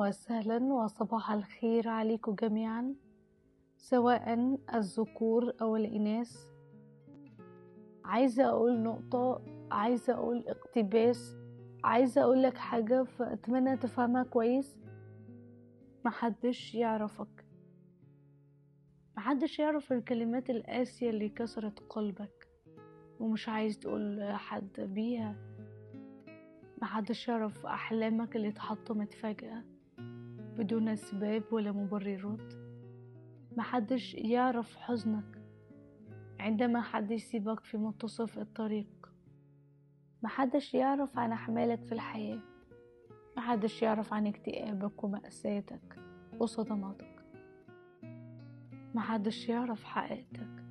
وسهلا وصباح الخير عليكم جميعا، سواء الذكور أو الإناث. عايزة أقول نقطة، عايزة أقول اقتباس، عايزة أقول لك حاجة فأتمنى تفهمها كويس. محدش يعرفك، محدش يعرف الكلمات القاسية اللي كسرت قلبك ومش عايز تقول لحد بيها. محدش يعرف أحلامك اللي اتحطمت فجأة بدون أسباب ولا مبررات. محدش يعرف حزنك عندما حد يسيبك في منتصف الطريق. محدش يعرف عن أحمالك في الحياة. محدش يعرف عن اكتئابك ومأساتك وصدماتك. محدش يعرف حقيقتك.